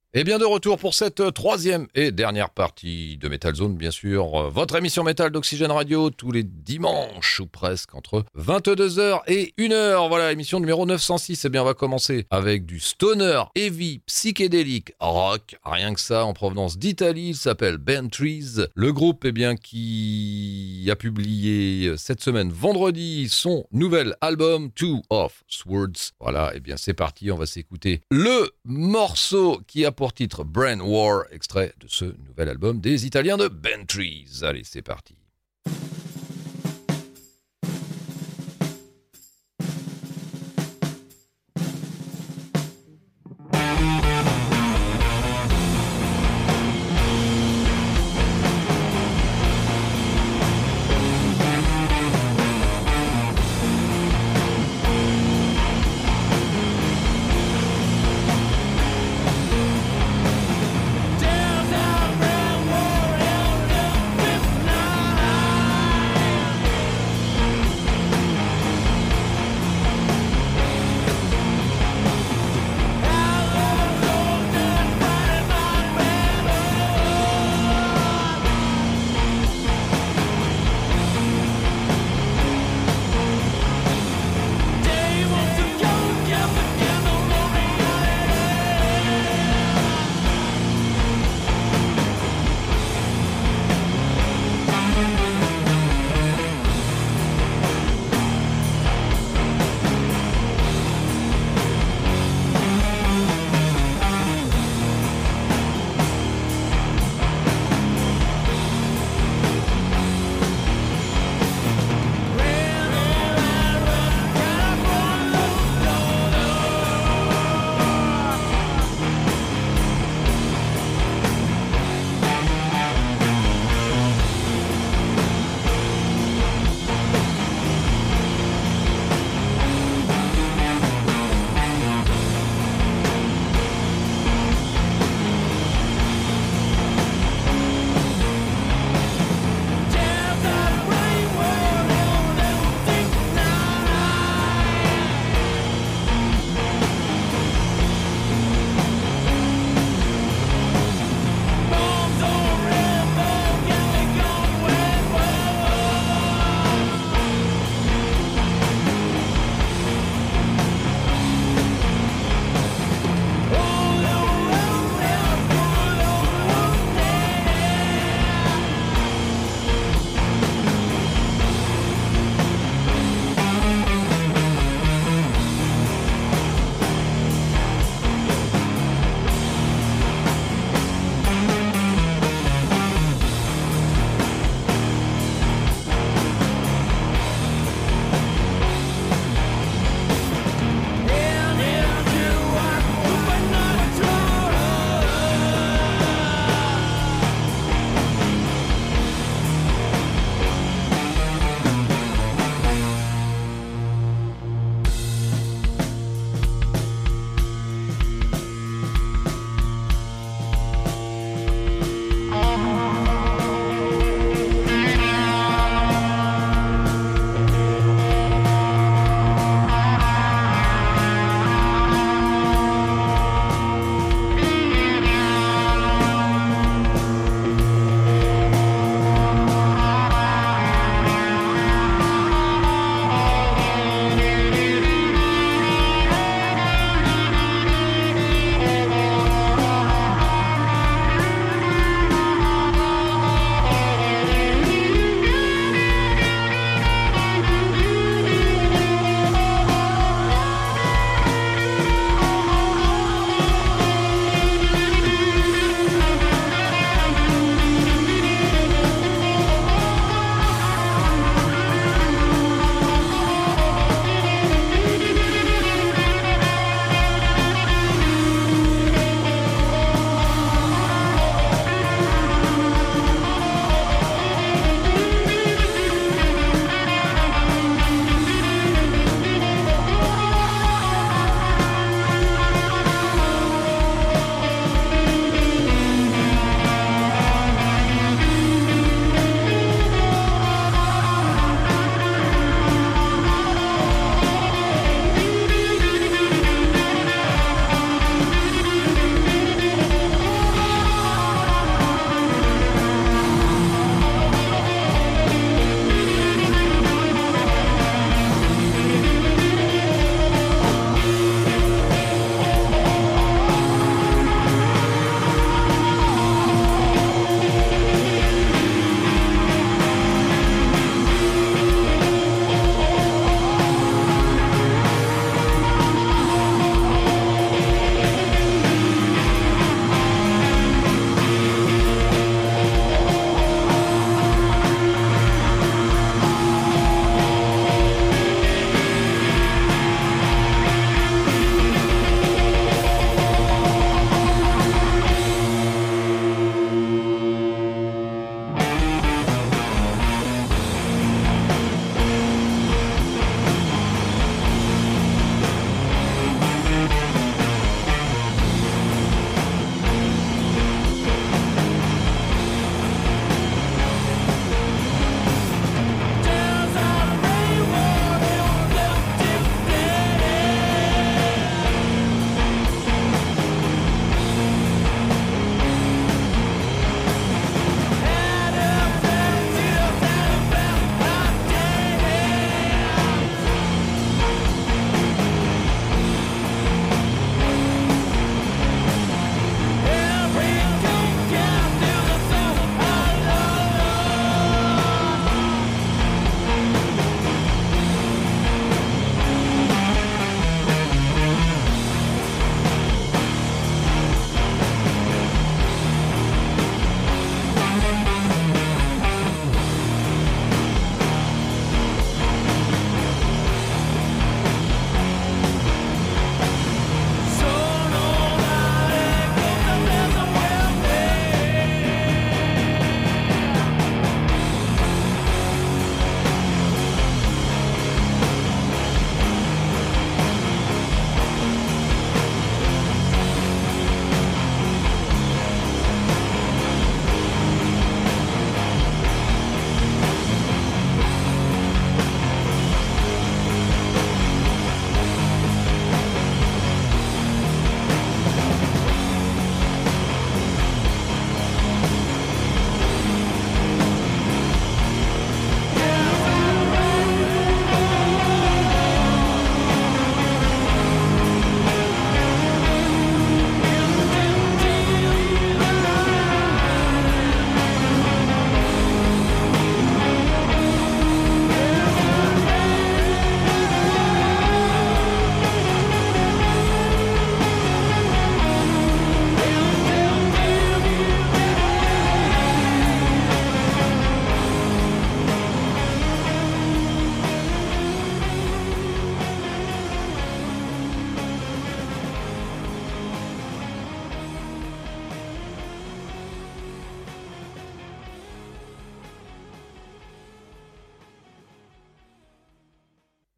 Et bien de retour pour cette troisième et dernière partie de Metal Zone, bien sûr. Votre émission métal d'Oxygène Radio tous les dimanches ou presque entre 22h et 1h. Voilà, émission numéro 906. Eh bien, on va commencer avec du stoner, heavy, psychédélique, rock. Rien que ça, en provenance d'Italie. Il s'appelle Bentrees. Le groupe, eh bien, qui a publié cette semaine, vendredi, son nouvel album Two of Swords. Voilà, eh bien, c'est parti. On va s'écouter le morceau qui a pour titre Brain War, extrait de ce nouvel album des Italiens de Bentrees. Allez, c'est parti. Down, down, round, war, hell, hell,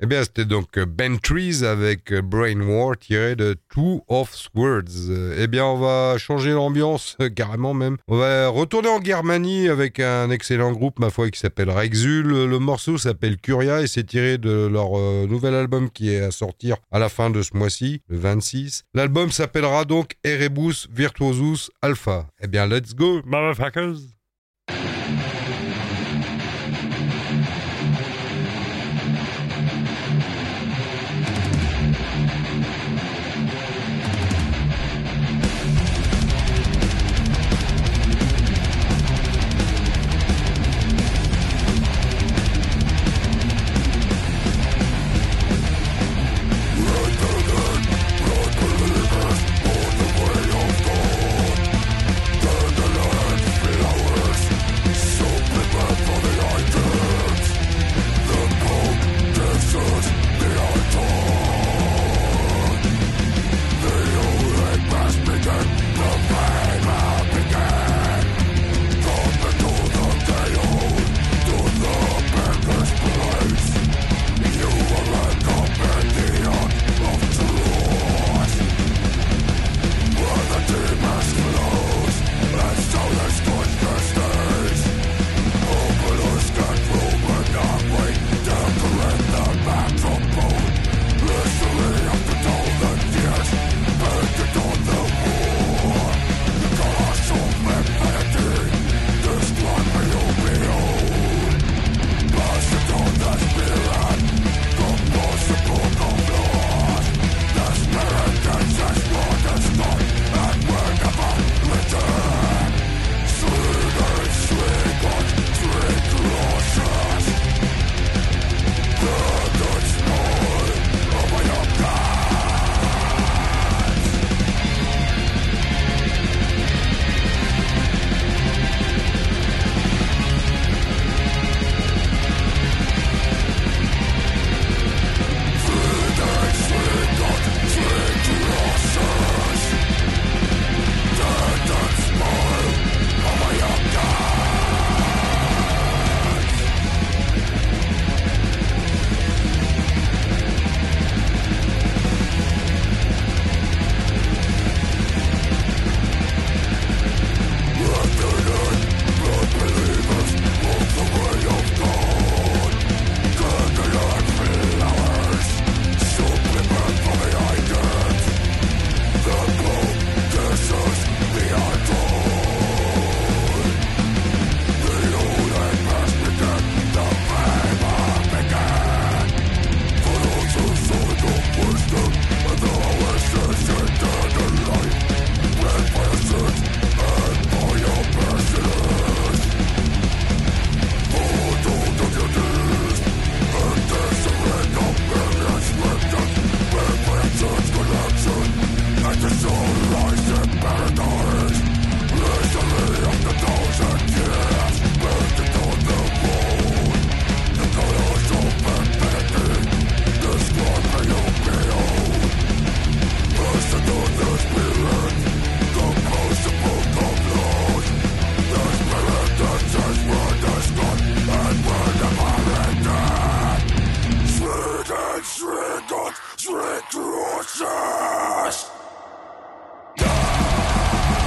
Eh bien, c'était donc Ben Trees avec Brain War tiré de Two of Swords. Eh bien, on va changer l'ambiance, carrément même. On va retourner en Germanie avec un excellent groupe, ma foi, qui s'appelle Rexul. Le morceau s'appelle Curia et c'est tiré de leur nouvel album qui est à sortir à la fin de ce mois-ci, le 26. L'album s'appellera donc Erebus Virtuosus Alpha. Eh bien, let's go, motherfuckers! Recruiters!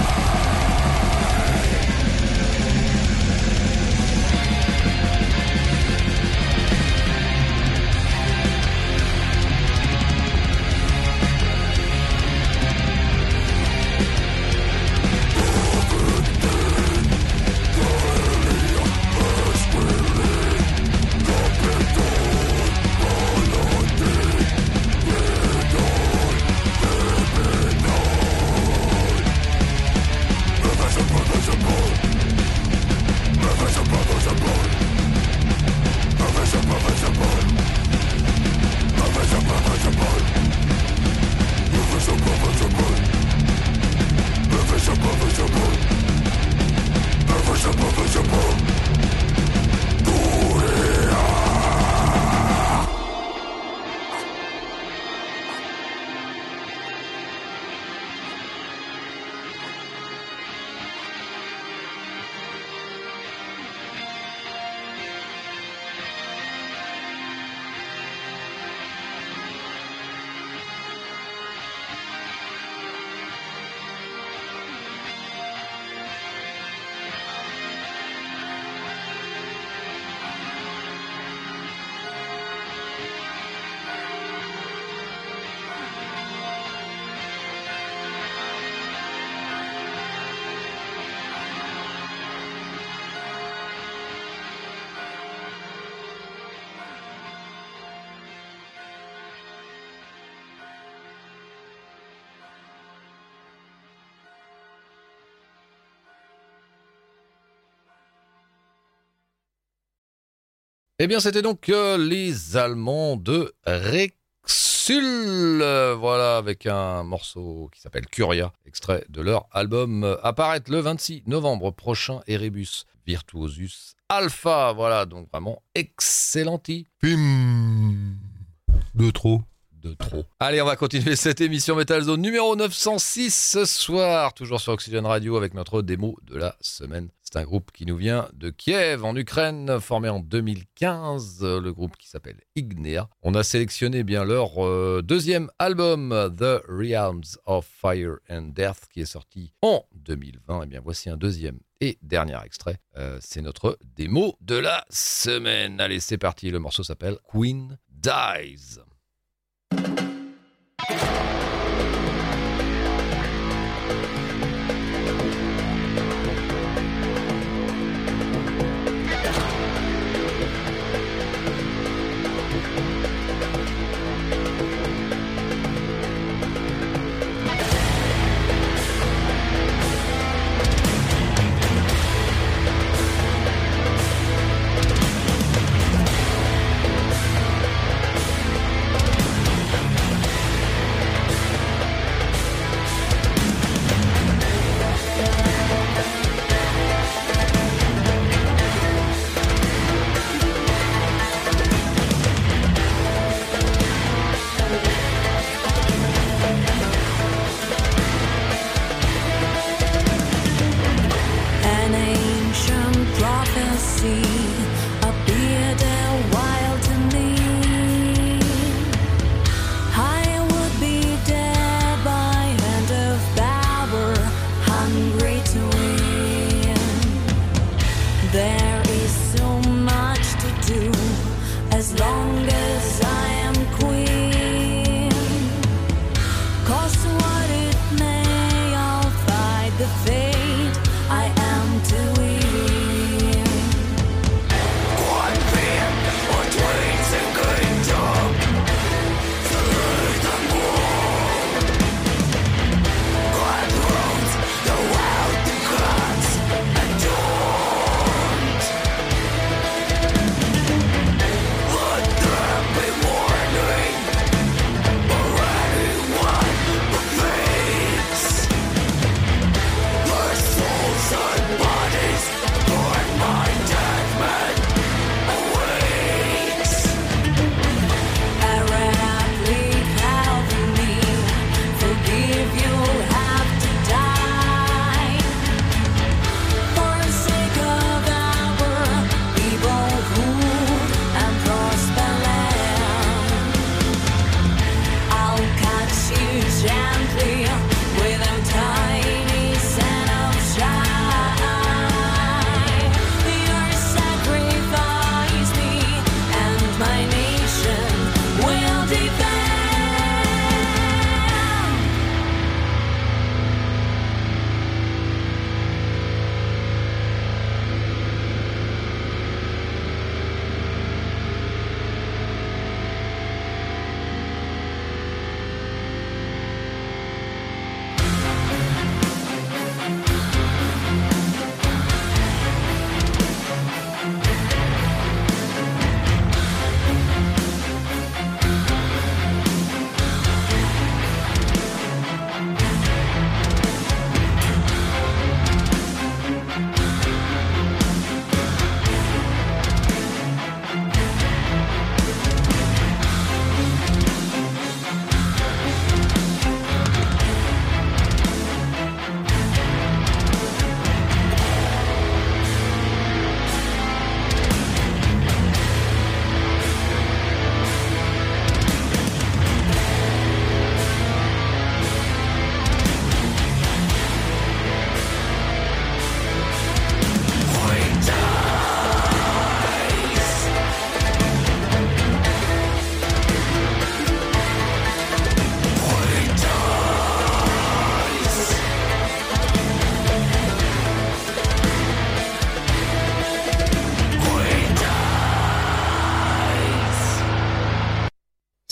Eh bien, c'était donc les Allemands de Rexul, voilà, avec un morceau qui s'appelle Curia, extrait de leur album apparaître le 26 novembre prochain, Erebus Virtuosus Alpha, voilà, donc vraiment excellenti. Film de trop. Allez, on va continuer cette émission Metal Zone numéro 906 ce soir, toujours sur Oxygène Radio avec notre démo de la semaine. C'est un groupe qui nous vient de Kiev en Ukraine, formé en 2015, le groupe qui s'appelle Ignea. On a sélectionné bien leur deuxième album, The Realms of Fire and Death, qui est sorti en 2020. Et bien voici un deuxième et dernier extrait. C'est notre démo de la semaine. Allez, c'est parti, le morceau s'appelle Queen Dies.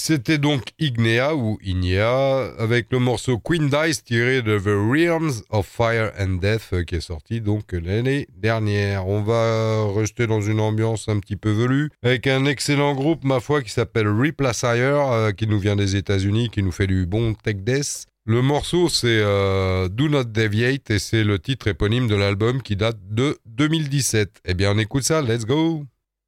C'était donc Ignea ou Ignea avec le morceau Queen Dice tiré de The Realms of Fire and Death qui est sorti donc l'année dernière. On va rester dans une ambiance un petit peu velue avec un excellent groupe ma foi qui s'appelle Replacier qui nous vient des États-Unis, qui nous fait du bon tech death. Le morceau c'est Do Not Deviate et c'est le titre éponyme de l'album qui date de 2017. Eh bien on écoute ça, let's go!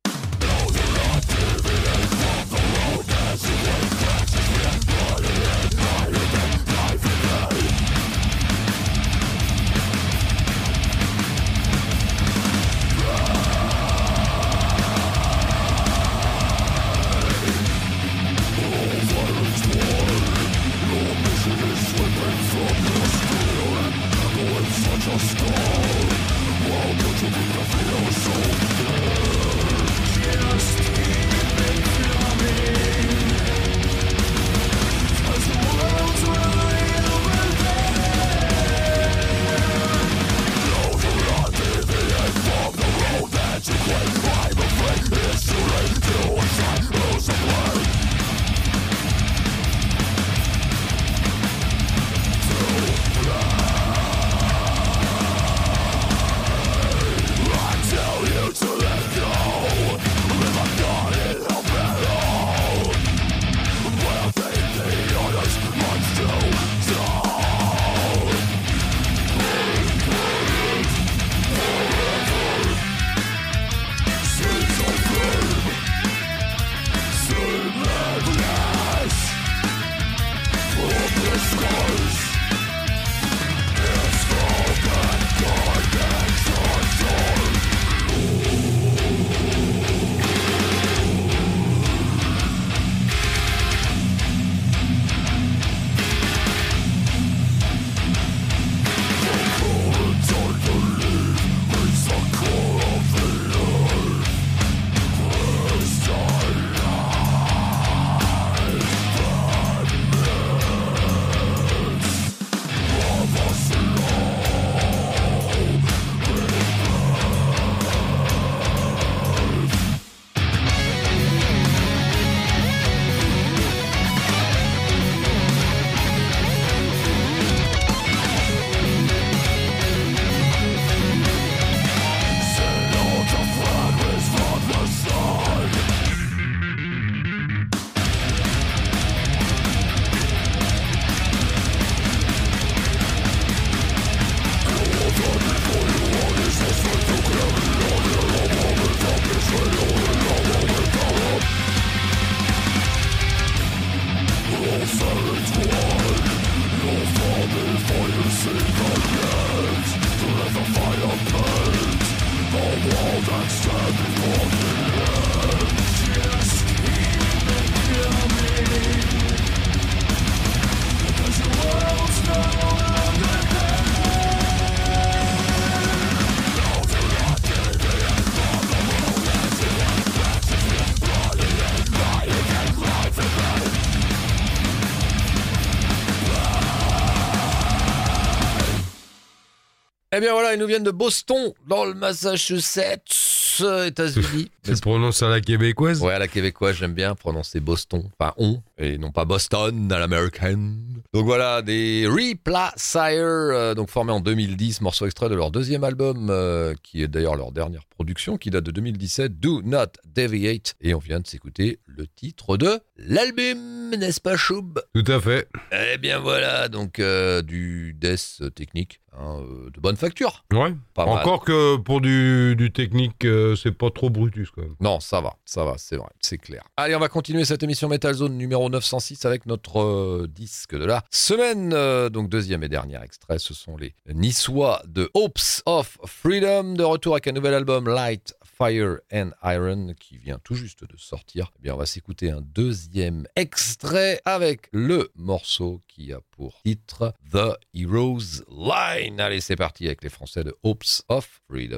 Eh bien voilà, ils nous viennent de Boston, dans le Massachusetts, États-Unis. Tu prononces à la québécoise? Ouais, à la québécoise, j'aime bien prononcer Boston, enfin on, et non pas Boston à l'américaine. Donc voilà, des Replacier, donc formés en 2010, morceau extrait de leur deuxième album, qui est d'ailleurs leur dernière production, qui date de 2017, Do Not Deviate. Et on vient de s'écouter le titre de l'album, n'est-ce pas Choub? Tout à fait. Eh bien voilà, donc du death technique. De bonne facture. Ouais. Pas encore mal. Que pour du technique, c'est pas trop Brutus quand même. Non, ça va, c'est vrai, c'est clair. Allez, on va continuer cette émission Metal Zone numéro 906 avec notre disque de la semaine. Donc deuxième et dernier extrait, ce sont les Niçois de Hopes of Freedom, de retour avec un nouvel album Light, Fire and Iron qui vient tout juste de sortir. Eh bien, on va s'écouter un deuxième extrait avec le morceau qui a pour titre The Hero's Line. Allez, c'est parti avec les Français de Hopes of Freedom.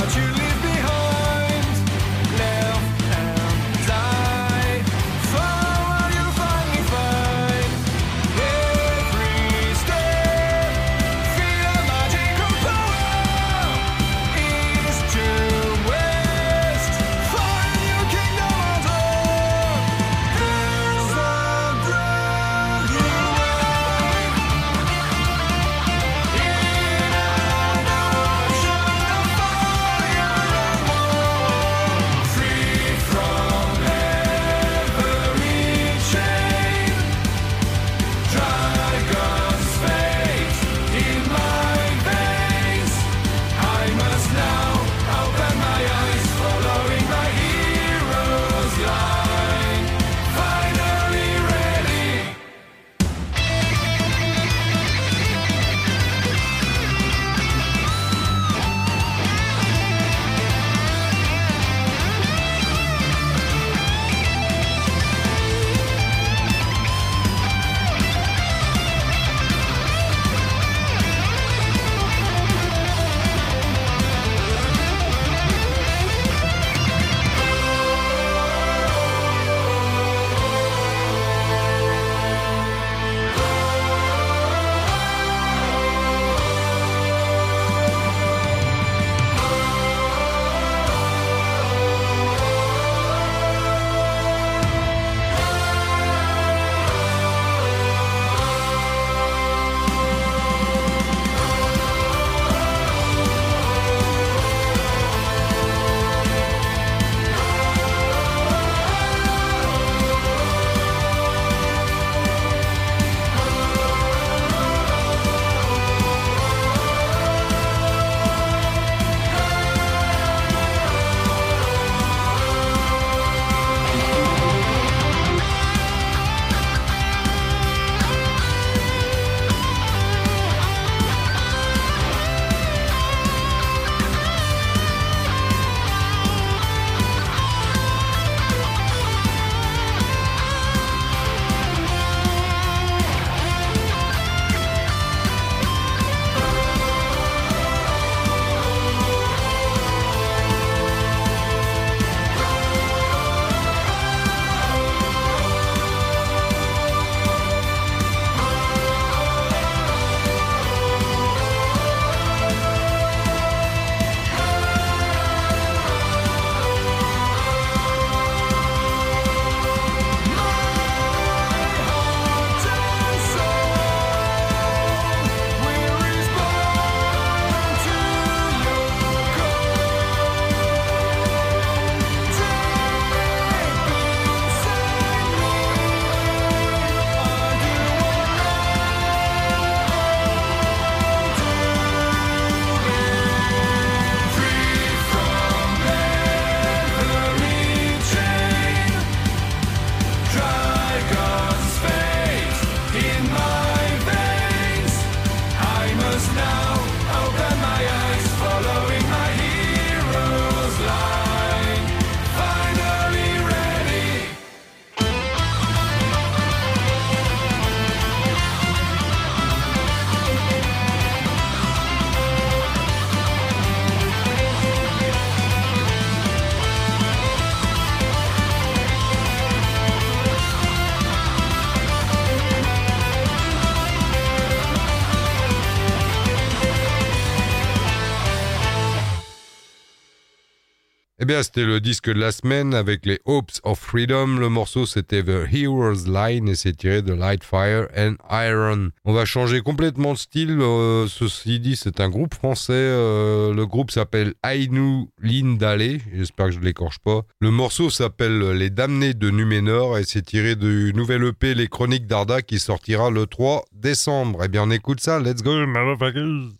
Eh bien, c'était le disque de la semaine avec les Hopes of Freedom. Le morceau, c'était The Hero's Line et c'est tiré de Light, Fire and Iron. On va changer complètement de style. Ceci dit, c'est un groupe français. Le groupe s'appelle Ainu Lindale. J'espère que je ne l'écorche pas. Le morceau s'appelle Les Damnés de Numénor et c'est tiré du nouvel EP Les Chroniques d'Arda qui sortira le 3 décembre. Eh bien, on écoute ça. Let's go, motherfuckers!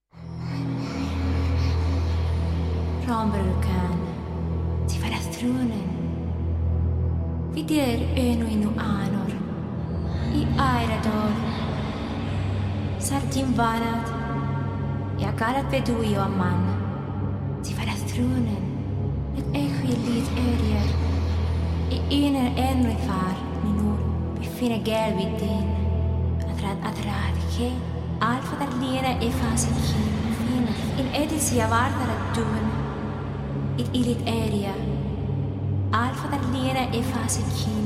Vi der önu anor I airador Sartim vanat Jag garat veduio amman Ti farà strunen Et echi lit örier I iner enri far Minur Vi fine gel vid din Atrad ke Alfa dar lina e fasa kin Fine In edis jag vardar att duen it ilit area. Alfa dar lira e fase kin.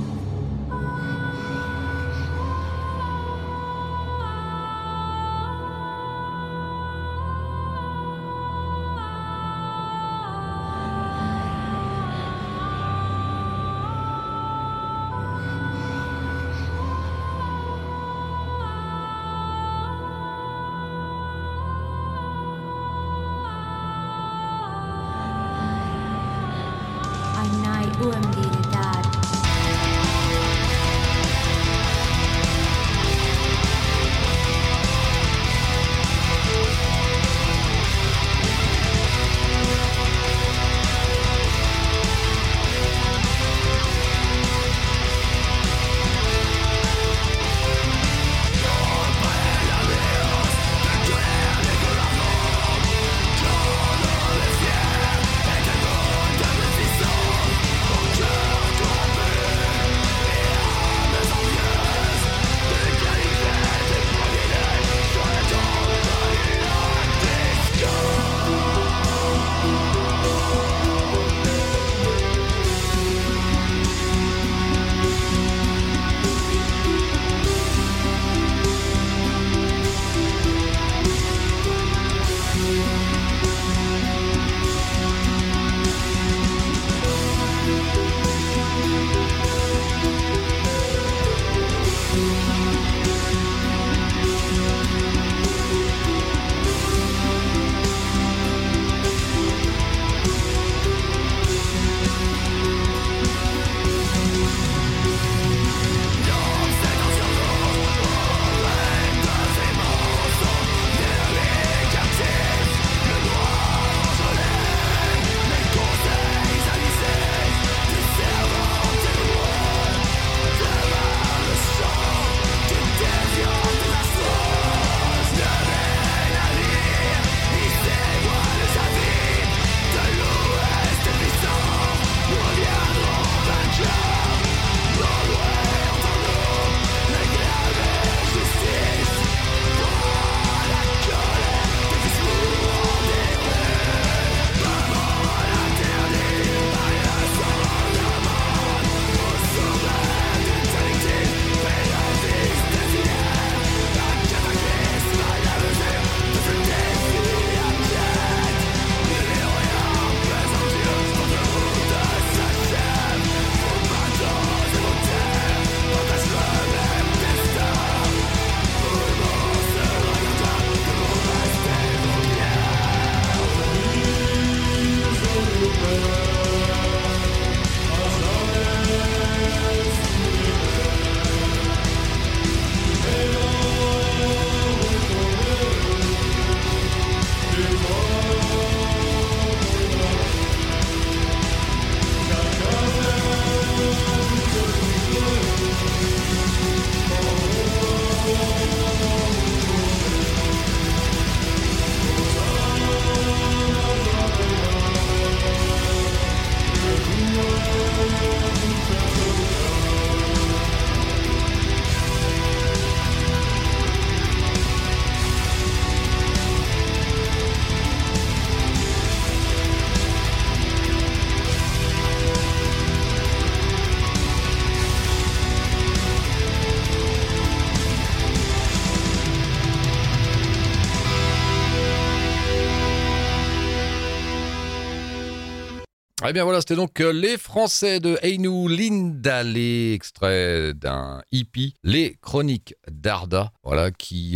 Eh bien voilà, c'était donc les Français de Einu Lindale, extrait d'un hippie, Les Chroniques d'Arda, voilà, qui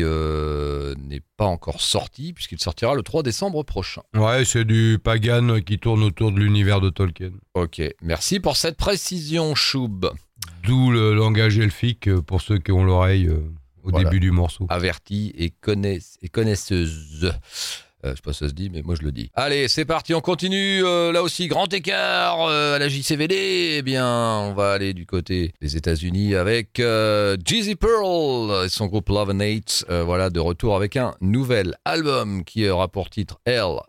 n'est pas encore sorti, puisqu'il sortira le 3 décembre prochain. Ouais, c'est du Pagan qui tourne autour de l'univers de Tolkien. Ok, merci pour cette précision, Choub. D'où le langage elfique pour ceux qui ont l'oreille au début du morceau. Avertis et connaisseuses. Je sais pas si ça se dit, mais moi je le dis. Allez, c'est parti, on continue. Là aussi, grand écart à la JCVD. Eh bien, on va aller du côté des États-Unis avec Jeezy Pearl et son groupe Love and Hate. Voilà, de retour avec un nouvel album qui aura pour titre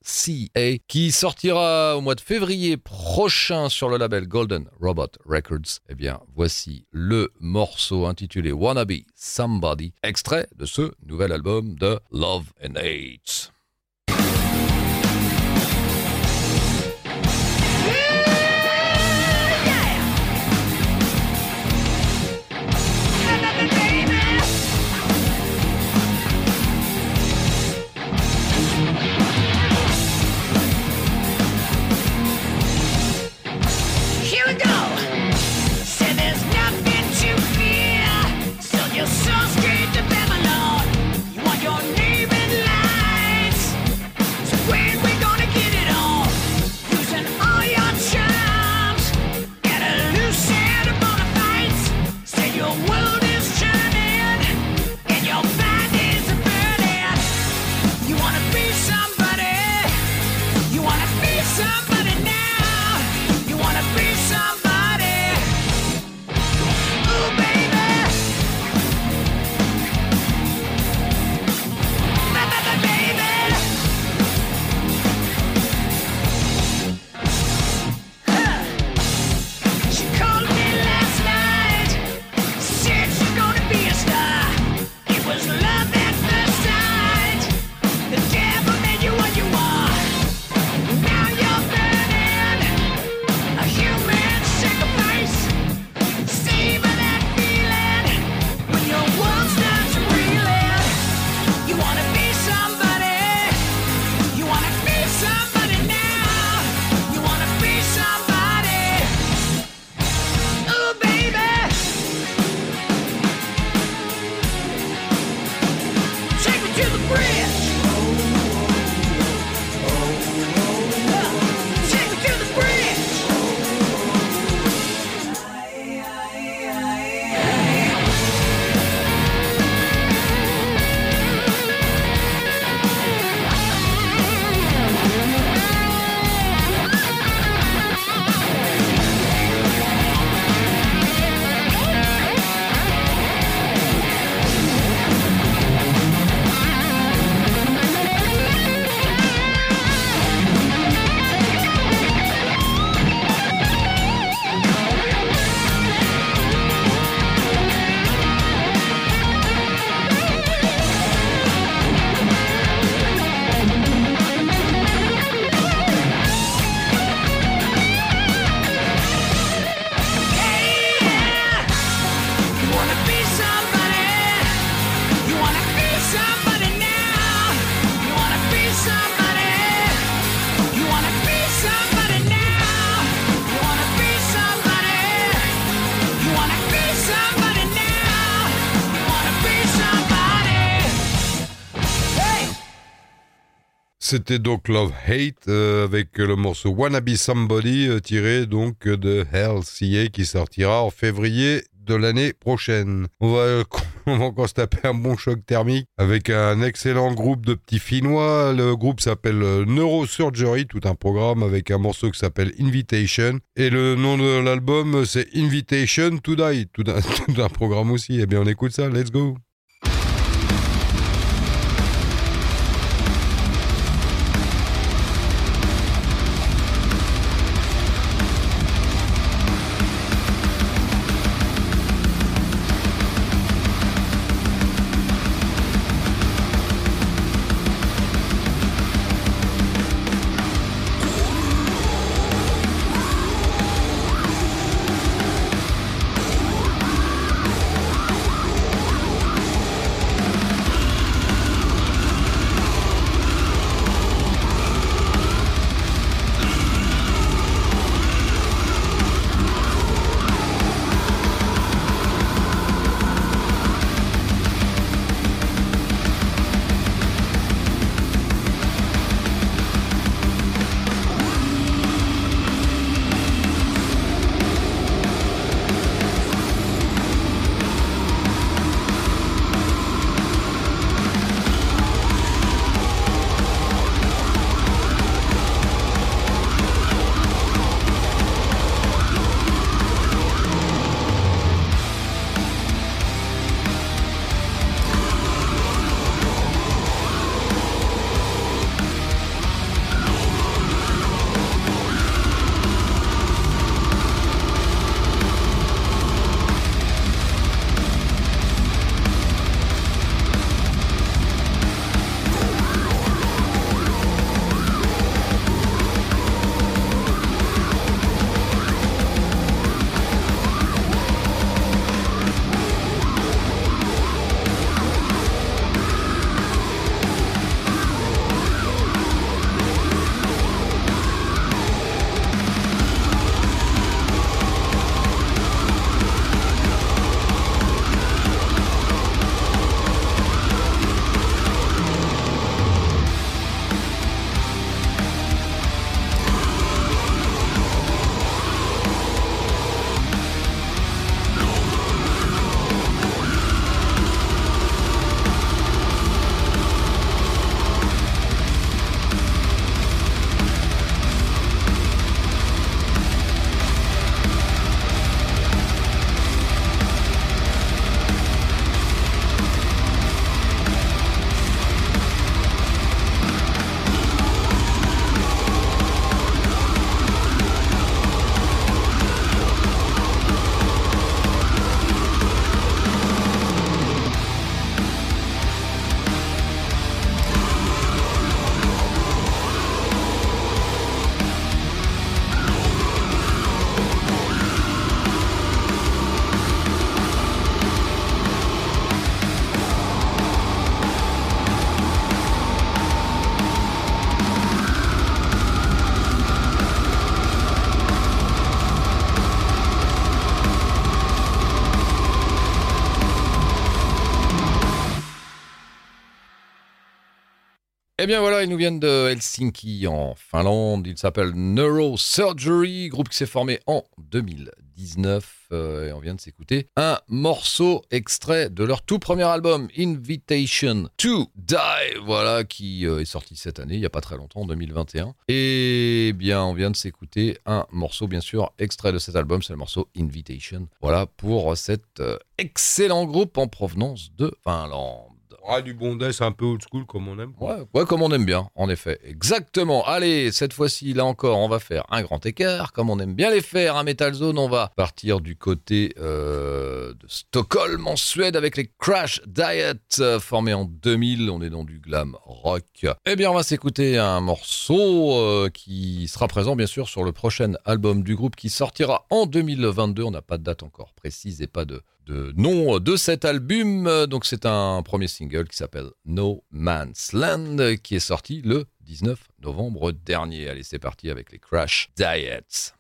LCA, qui sortira au mois de février prochain sur le label Golden Robot Records. Eh bien, voici le morceau intitulé Wanna Be Somebody, extrait de ce nouvel album de Love and Hate. C'était donc Love Hate avec le morceau Wanna Be Somebody tiré donc de LCA qui sortira en février de l'année prochaine. On va encore se taper un bon choc thermique avec un excellent groupe de petits Finnois. Le groupe s'appelle Neurosurgery, tout un programme avec un morceau qui s'appelle Invitation. Et le nom de l'album, c'est Invitation to Die, tout un programme aussi. Eh bien, on écoute ça, let's go! Eh bien voilà, ils nous viennent de Helsinki en Finlande. Il s'appelle Neurosurgery, groupe qui s'est formé en 2019. Et on vient de s'écouter un morceau extrait de leur tout premier album, Invitation to Die, voilà, qui est sorti cette année, il n'y a pas très longtemps, en 2021. Et bien, on vient de s'écouter un morceau, bien sûr, extrait de cet album, c'est le morceau Invitation. Voilà pour cet excellent groupe en provenance de Finlande. Ah, du bon death un peu old school comme on aime. Ouais, comme on aime bien, en effet. Exactement. Allez, cette fois-ci, là encore, on va faire un grand écart, comme on aime bien les faire à Metal Zone. On va partir du côté de Stockholm, en Suède, avec les Crash Diet, formés en 2000. On est dans du glam rock. Eh bien, on va s'écouter un morceau qui sera présent, bien sûr, sur le prochain album du groupe qui sortira en 2022. On n'a pas de date encore précise et pas de nom de cet album. Donc c'est un premier single qui s'appelle No Man's Land qui est sorti le 19 novembre dernier. Allez, c'est parti avec les Crash Diets.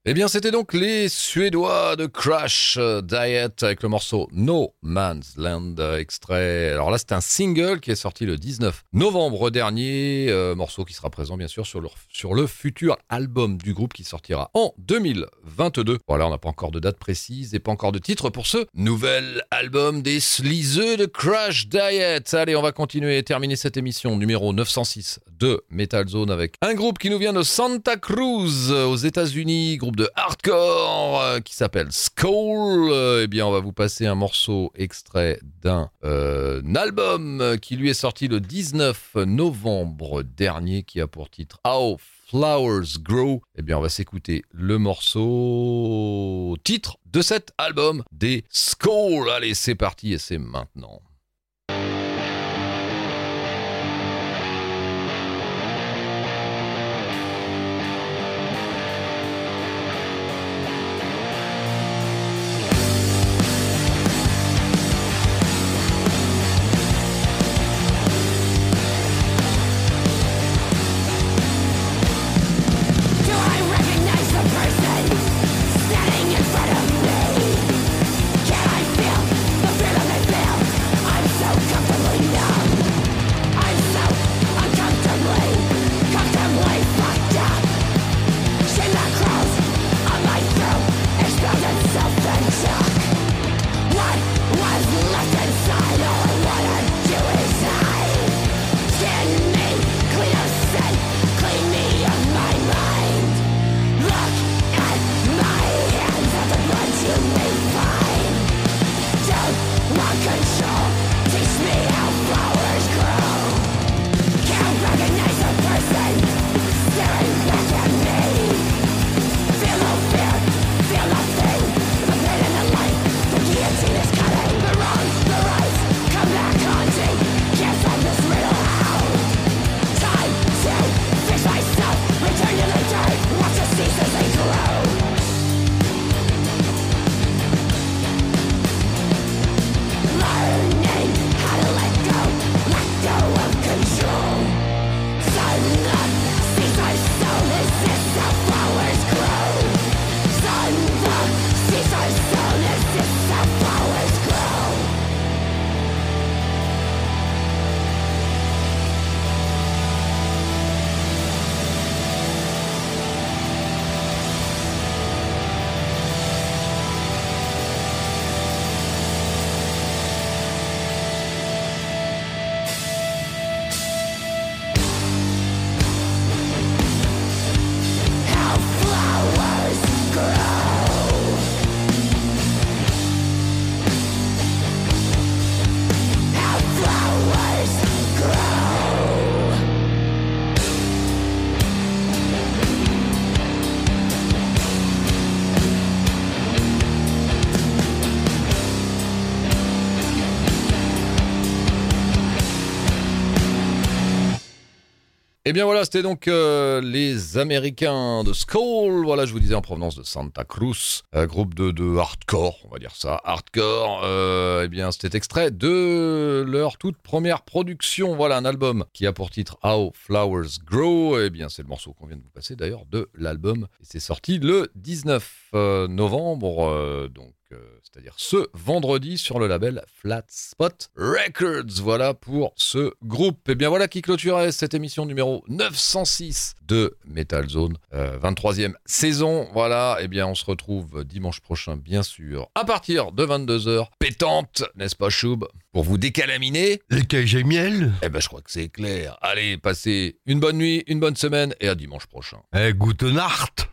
Eh bien, c'était donc les Suédois de Crash Diet avec le morceau No Man's Land, extrait. Alors là, c'est un single qui est sorti le 19 novembre dernier, morceau qui sera présent bien sûr sur le futur album du groupe qui sortira en 2022. Voilà, on n'a pas encore de date précise et pas encore de titre pour ce nouvel album des Sleazeux de Crash Diet. Allez, on va continuer et terminer cette émission numéro 906 de Metal Zone avec un groupe qui nous vient de Santa Cruz aux États-Unis, groupe de hardcore qui s'appelle Skull. Eh bien, on va vous passer un morceau extrait d'un album qui lui est sorti le 19 novembre dernier, qui a pour titre How Flowers Grow. Eh bien, on va s'écouter le morceau titre de cet album des Skull. Allez, c'est parti et c'est maintenant. Et bien voilà, c'était donc les Américains de Skull. Voilà, je vous disais en provenance de Santa Cruz, groupe de hardcore, on va dire ça, hardcore. Eh bien, c'était extrait de leur toute première production. Voilà, un album qui a pour titre How Flowers Grow. Eh bien, c'est le morceau qu'on vient de vous passer d'ailleurs de l'album. Et c'est sorti le 19 novembre, c'est-à-dire ce vendredi sur le label Flat Spot Records. Voilà pour ce groupe. Et bien voilà qui clôturait cette émission numéro 906 de Metal Zone, 23e saison. Voilà, et bien on se retrouve dimanche prochain, bien sûr, à partir de 22h, pétante, n'est-ce pas Choub, pour vous décalaminer. Et que j'ai miel. Eh ben je crois que c'est clair. Allez, passez une bonne nuit, une bonne semaine et à dimanche prochain. Gute Nacht.